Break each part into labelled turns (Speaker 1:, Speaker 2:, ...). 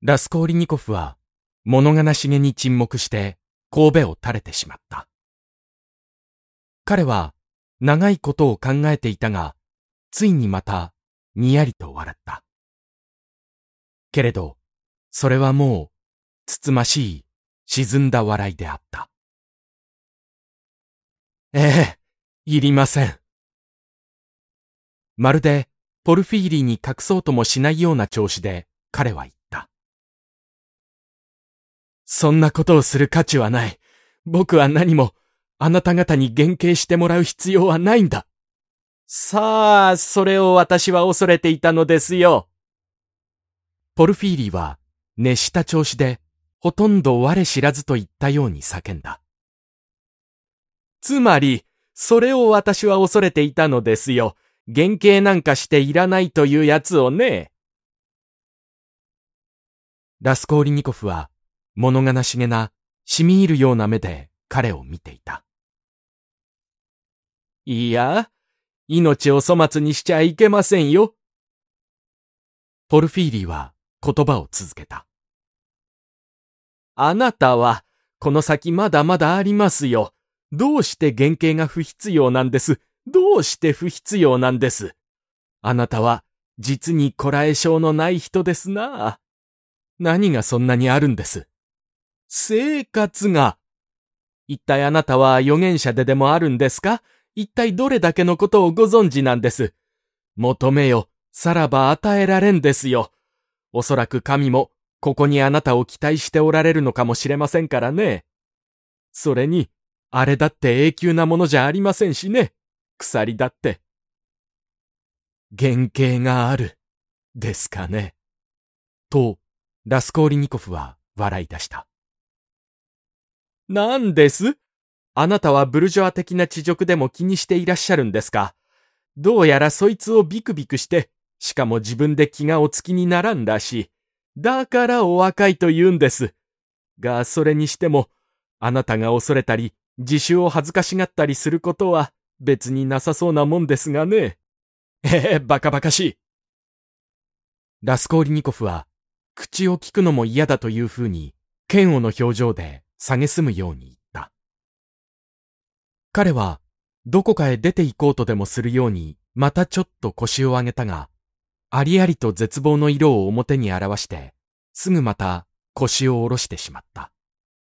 Speaker 1: ラスコーリニコフは物悲しげに沈黙して頭を垂れてしまった。彼は長いことを考えていたが、ついにまたにやりと笑った。けれど、それはもうつつましい沈んだ笑いであった。いりません。まるでポルフィーリーに隠そうともしないような調子で彼は言った。そんなことをする価値はない。僕は何もあなた方に減刑してもらう必要はないんだ。さあ、それを私は恐れていたのですよ。ポルフィーリーは熱した調子でほとんど我知らずと言ったように叫んだ。つまり、それを私は恐れていたのですよ。減刑なんかしていらないというやつをね。ラスコーリニコフは物悲しげなしみ入るような目で彼を見ていた。いや、命を粗末にしちゃいけませんよ。ポルフィーリーは言葉を続けた。あなたは、この先まだまだありますよ。どうして減刑が不必要なんです。どうして不必要なんです。あなたは、実にこらえ性のない人ですな。何がそんなにあるんです。生活が。一体あなたは預言者でもあるんですか。一体どれだけのことをご存知なんです。求めよ、さらば与えられんですよ。おそらく神も、ここにあなたを期待しておられるのかもしれませんからね。それに、あれだって永久なものじゃありませんしね。鎖だって。原型がある、ですかね。と、ラスコーリニコフは笑い出した。なんです？あなたはブルジョア的な恥辱でも気にしていらっしゃるんですか？どうやらそいつをビクビクして、しかも自分で気がおつきにならんらしい。だからお若いと言うんです。が、それにしても、あなたが恐れたり、自首を恥ずかしがったりすることは別になさそうなもんですがね。バカバカしい。ラスコーリニコフは、口を聞くのも嫌だというふうに、嫌悪の表情で蔑むように言った。彼は、どこかへ出て行こうとでもするように、またちょっと腰を上げたが、ありありと絶望の色を表に表して、すぐまた腰を下ろしてしまった。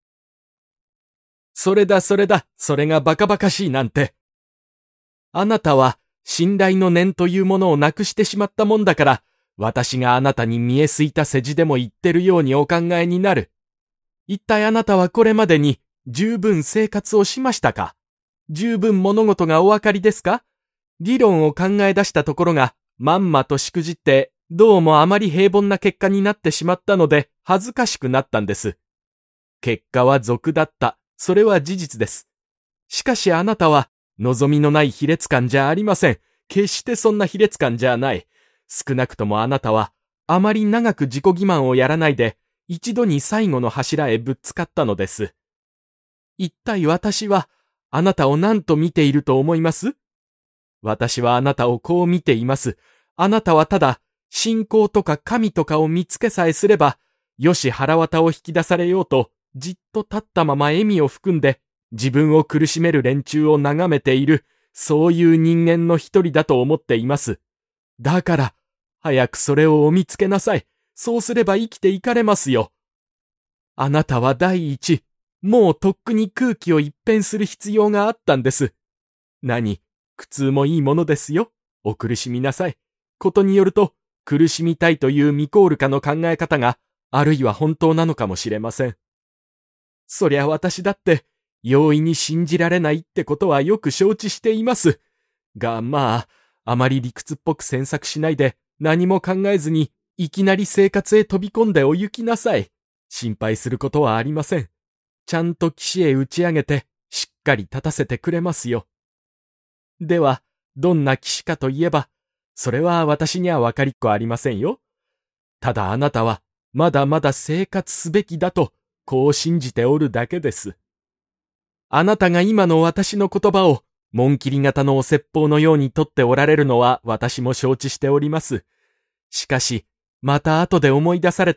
Speaker 1: それだ、それがバカバカしいなんて。あなたは信頼の念というものをなくしてしまったもんだから、私があなたに見えすいた世辞でも言ってるようにお考えになる。一体あなたはこれまでに十分生活をしましたか？十分物事がお分かりですか？理論を考え出したところがまんまとしくじってどうもあまり平凡な結果になってしまったので恥ずかしくなったんです。結果は俗だった。それは事実です。しかしあなたは望みのない卑劣感じゃありません。決してそんな卑劣感じゃない。少なくともあなたはあまり長く自己欺瞞をやらないで一度に最後の柱へぶっつかったのです。一体私はあなたを何と見ていると思います？私はあなたをこう見ています。あなたはただ信仰とか神とかを見つけさえすれば、よし腹渡を引き出されようとじっと立ったまま笑みを含んで自分を苦しめる連中を眺めている、そういう人間の一人だと思っています。だから、早くそれをお見つけなさい。そうすれば生きていかれますよ。あなたは第一、もうとっくに空気を一変する必要があったんです。何、苦痛もいいものですよ。お苦しみなさい。ことによると、苦しみたいというミコールカの考え方が、あるいは本当なのかもしれません。そりゃ私だって、容易に信じられないってことはよく承知しています。が、まあ、あまり理屈っぽく詮索しないで、何も考えずに、いきなり生活へ飛び込んでお行きなさい。心配することはありません。ちゃんと岸へ打ち上げて、しっかり立たせてくれますよ。では、どんな岸かといえば、それは私にはわかりっこありませんよ。ただあなたは、まだまだ生活すべきだと、こう信じておるだけです。あなたが今の私の言葉を、紋切り型のお説法のように取っておられるのは私も承知しております。しかし、また後で思い出されたら、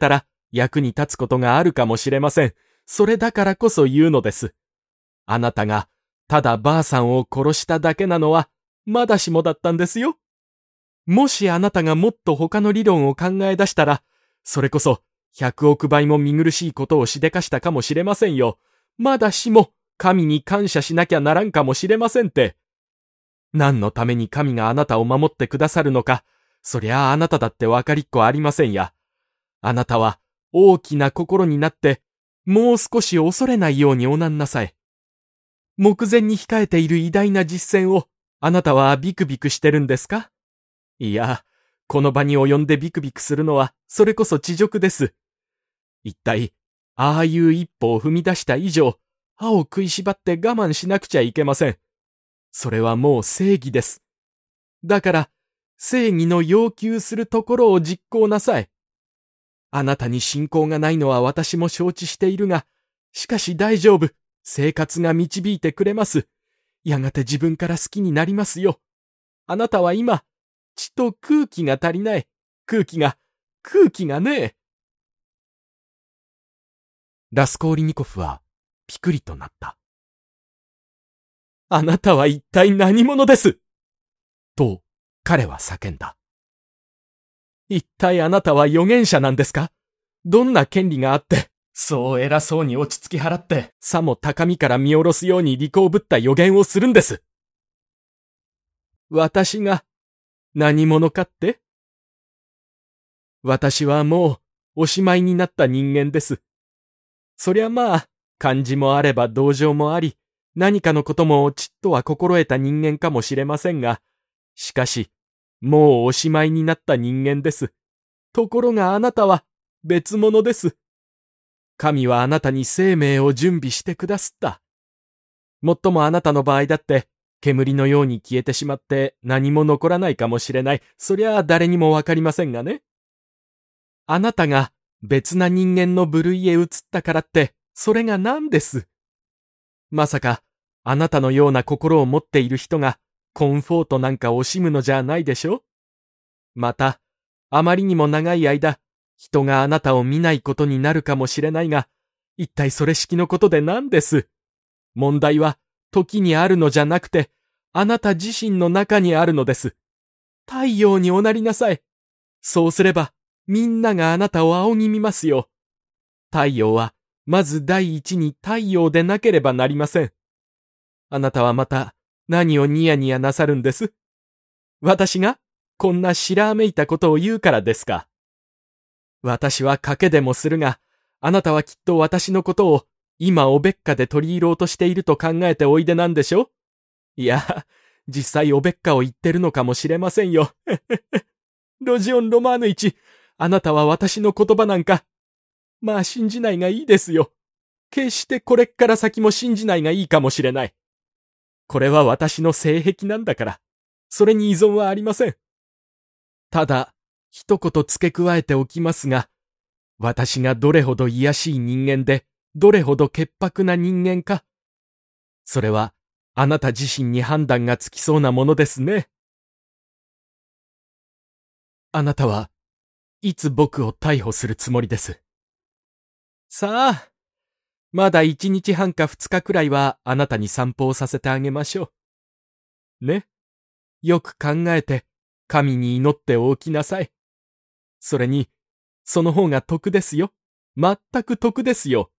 Speaker 1: 役に立つことがあるかもしれません。それだからこそ言うのです。あなたがただばあさんを殺しただけなのはまだしもだったんですよ。もしあなたがもっと他の理論を考え出したら、それこそ100億倍も見苦しいことをしでかしたかもしれませんよ。まだしも神に感謝しなきゃならんかもしれませんって。何のために神があなたを守ってくださるのか、そりゃあなただってわかりっこありませんや。あなたは大きな心になって、もう少し恐れないようにおなんなさい。目前に控えている偉大な実践を、あなたはビクビクしてるんですか？いや、この場に及んでビクビクするのは、それこそ恥辱です。一体、ああいう一歩を踏み出した以上、歯を食いしばって我慢しなくちゃいけません。それはもう正義です。だから、正義の要求するところを実行なさい。あなたに信仰がないのは私も承知しているが、しかし大丈夫。生活が導いてくれます。やがて自分から好きになりますよ。あなたは今、血と空気が足りない。空気がね。ラスコーリニコフはピクリとなった。あなたは一体何者です？と彼は叫んだ。一体あなたは預言者なんですか？どんな権利があって、そう偉そうに落ち着き払って、さも高みから見下ろすように利口ぶった予言をするんです。私が何者かって？私はもうおしまいになった人間です。そりゃまあ、感じもあれば同情もあり、何かのこともちっとは心得た人間かもしれませんが、しかし、もうおしまいになった人間です。ところがあなたは別物です。神はあなたに生命を準備してくだすった。もっともあなたの場合だって、煙のように消えてしまって何も残らないかもしれない。そりゃあ誰にもわかりませんがね。あなたが別な人間の部類へ移ったからって、それが何です？まさか、あなたのような心を持っている人が、コンフォートなんか惜しむのじゃないでしょ？また、あまりにも長い間、人があなたを見ないことになるかもしれないが、一体それ式のことで何です？問題は、時にあるのじゃなくて、あなた自身の中にあるのです。太陽におなりなさい。そうすれば、みんながあなたを仰ぎ見ますよ。太陽は、まず第一に太陽でなければなりません。あなたはまた、何をニヤニヤなさるんです？私が、こんな白めいたことを言うからですか？私は賭けでもするが、あなたはきっと私のことを、今おべっかで取り入ろうとしていると考えておいでなんでしょ？いや、実際おべっかを言ってるのかもしれませんよ。ロジオン・ロマーヌ一、あなたは私の言葉なんか、まあ信じないがいいですよ。決してこれっから先も信じないがいいかもしれない。これは私の性癖なんだから、それに依存はありません。ただ、一言付け加えておきますが、私がどれほど卑しい人間で、どれほど潔白な人間か、それはあなた自身に判断がつきそうなものですね。あなたはいつ僕を逮捕するつもりです？さあ、まだ1日半か2日くらいはあなたに散歩をさせてあげましょう。ね。よく考えて神に祈っておきなさい。それに、その方が得ですよ。全く得ですよ。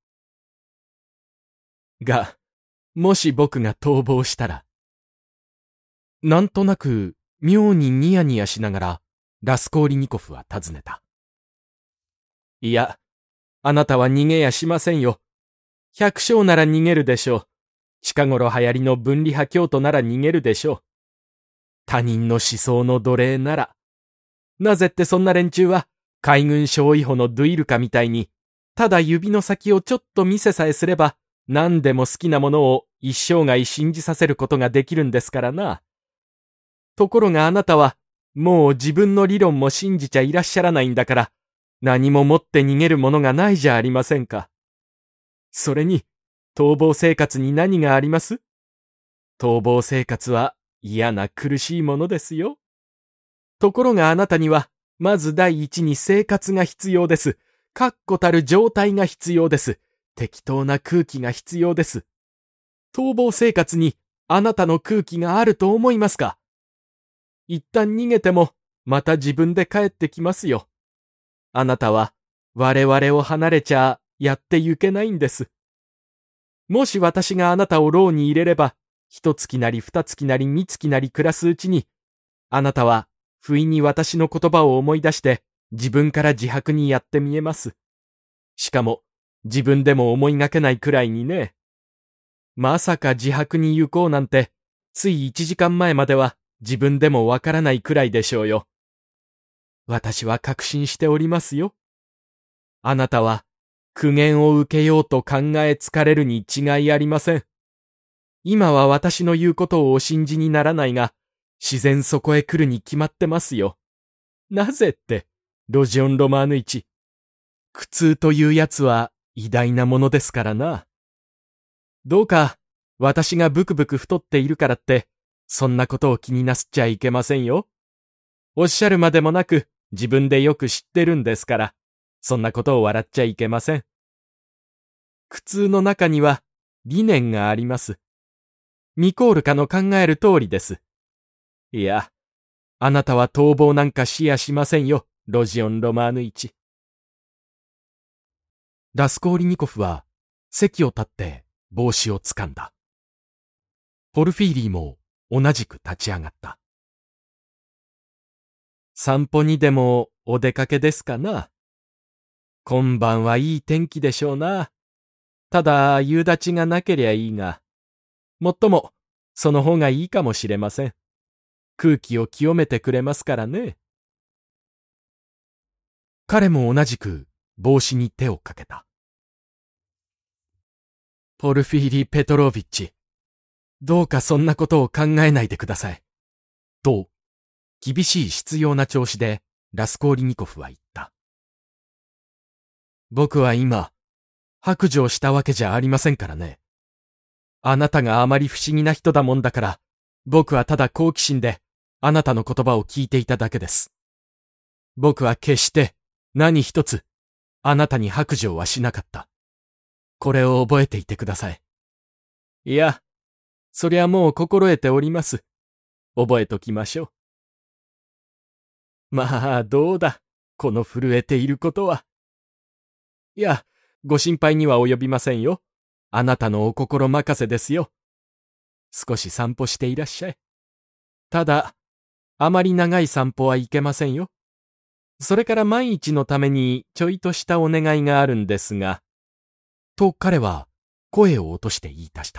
Speaker 1: が、もし僕が逃亡したら。なんとなく妙にニヤニヤしながらラスコーリニコフは尋ねた。いや、あなたは逃げやしませんよ。百姓なら逃げるでしょう。近頃流行りの分離派教徒なら逃げるでしょう。他人の思想の奴隷なら。なぜってそんな連中は海軍少尉補のドゥイルカみたいに、ただ指の先をちょっと見せさえすれば、何でも好きなものを一生涯信じさせることができるんですからな。ところがあなたは、もう自分の理論も信じちゃいらっしゃらないんだから、何も持って逃げるものがないじゃありませんか。それに、逃亡生活に何があります？逃亡生活は嫌な苦しいものですよ。ところがあなたには、まず第一に生活が必要です。 確固たる状態が必要です。適当な空気が必要です。逃亡生活にあなたの空気があると思いますか？一旦逃げてもまた自分で帰ってきますよ。あなたは我々を離れちゃやってゆけないんです。もし私があなたを牢に入れれば、一月なり二月なり三月なり暮らすうちに、あなたは不意に私の言葉を思い出して自分から自白にやってみえます。しかも自分でも思いがけないくらいにね。まさか自白に行こうなんて、つい1時間前までは自分でもわからないくらいでしょうよ。私は確信しておりますよ。あなたは苦言を受けようと考えつかれるに違いありません。今は私の言うことをお信じにならないが、自然そこへ来るに決まってますよ。なぜって、ロジオン・ロマーヌ1。苦痛というやつは偉大なものですからな。どうか、私がブクブク太っているからって、そんなことを気になすっちゃいけませんよ。おっしゃるまでもなく、自分でよく知ってるんですから、そんなことを笑っちゃいけません。苦痛の中には理念があります。ミコールカの考える通りです。いや、あなたは逃亡なんかしやしませんよ、ロジオン・ロマーヌ1。ラスコーリニコフは席を立って帽子をつかんだ。ポルフィーリーも同じく立ち上がった。散歩にでもお出かけですかな。今晩はいい天気でしょうな。ただ夕立がなけりゃいいが、もっともその方がいいかもしれません。空気を清めてくれますからね。彼も同じく帽子に手をかけた。ポルフィーリ・ペトロービッチ、どうかそんなことを考えないでください。と、厳しい執拗な調子でラスコーリニコフは言った。僕は今、白状したわけじゃありませんからね。あなたがあまり不思議な人だもんだから、僕はただ好奇心であなたの言葉を聞いていただけです。僕は決して何一つあなたに白状はしなかった。これを覚えていてください。いや、そりゃもう心得ております。覚えときましょう。まあ、どうだ、この震えていることは。いや、ご心配には及びませんよ。あなたのお心任せですよ。少し散歩していらっしゃい。ただ、あまり長い散歩はいけませんよ。それから万一のためにちょいとしたお願いがあるんですが、と彼は声を落として言い出した。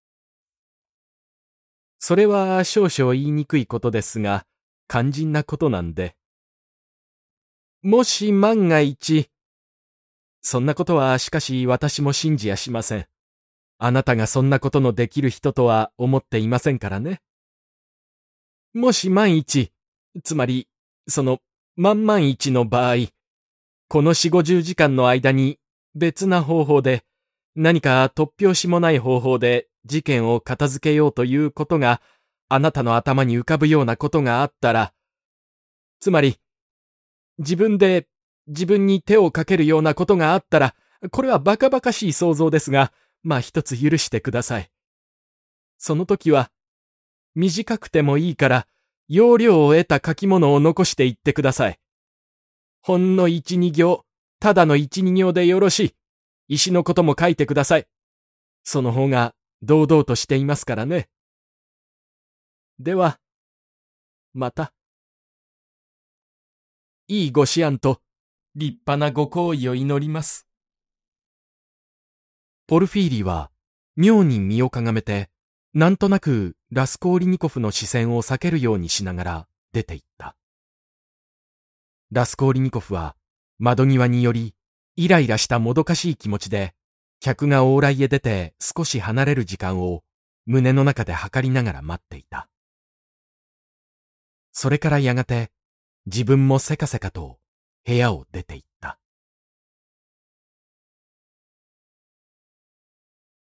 Speaker 1: それは少々言いにくいことですが、肝心なことなんで。もし万が一、そんなことはしかし私も信じやしません。あなたがそんなことのできる人とは思っていませんからね。もし万一、つまり、万一の場合、この4、50時間の間に別な方法で、何か突拍子もない方法で事件を片付けようということがあなたの頭に浮かぶようなことがあったら、つまり、自分に手をかけるようなことがあったら、これはバカバカしい想像ですが、まあ一つ許してください。その時は、短くてもいいから、要領を得た書き物を残していってください。ほんの一、二行、ただの一、二行でよろしい。石のことも書いてください。その方が堂々としていますからね。では、また。いいご思案と立派なご行為を祈ります。ポルフィーリは妙に身をかがめて、なんとなくラスコーリニコフの視線を避けるようにしながら出て行った。ラスコーリニコフは窓際によりイライラしたもどかしい気持ちで、客が往来へ出て少し離れる時間を胸の中で計りながら待っていた。それからやがて自分もせかせかと部屋を出て行った。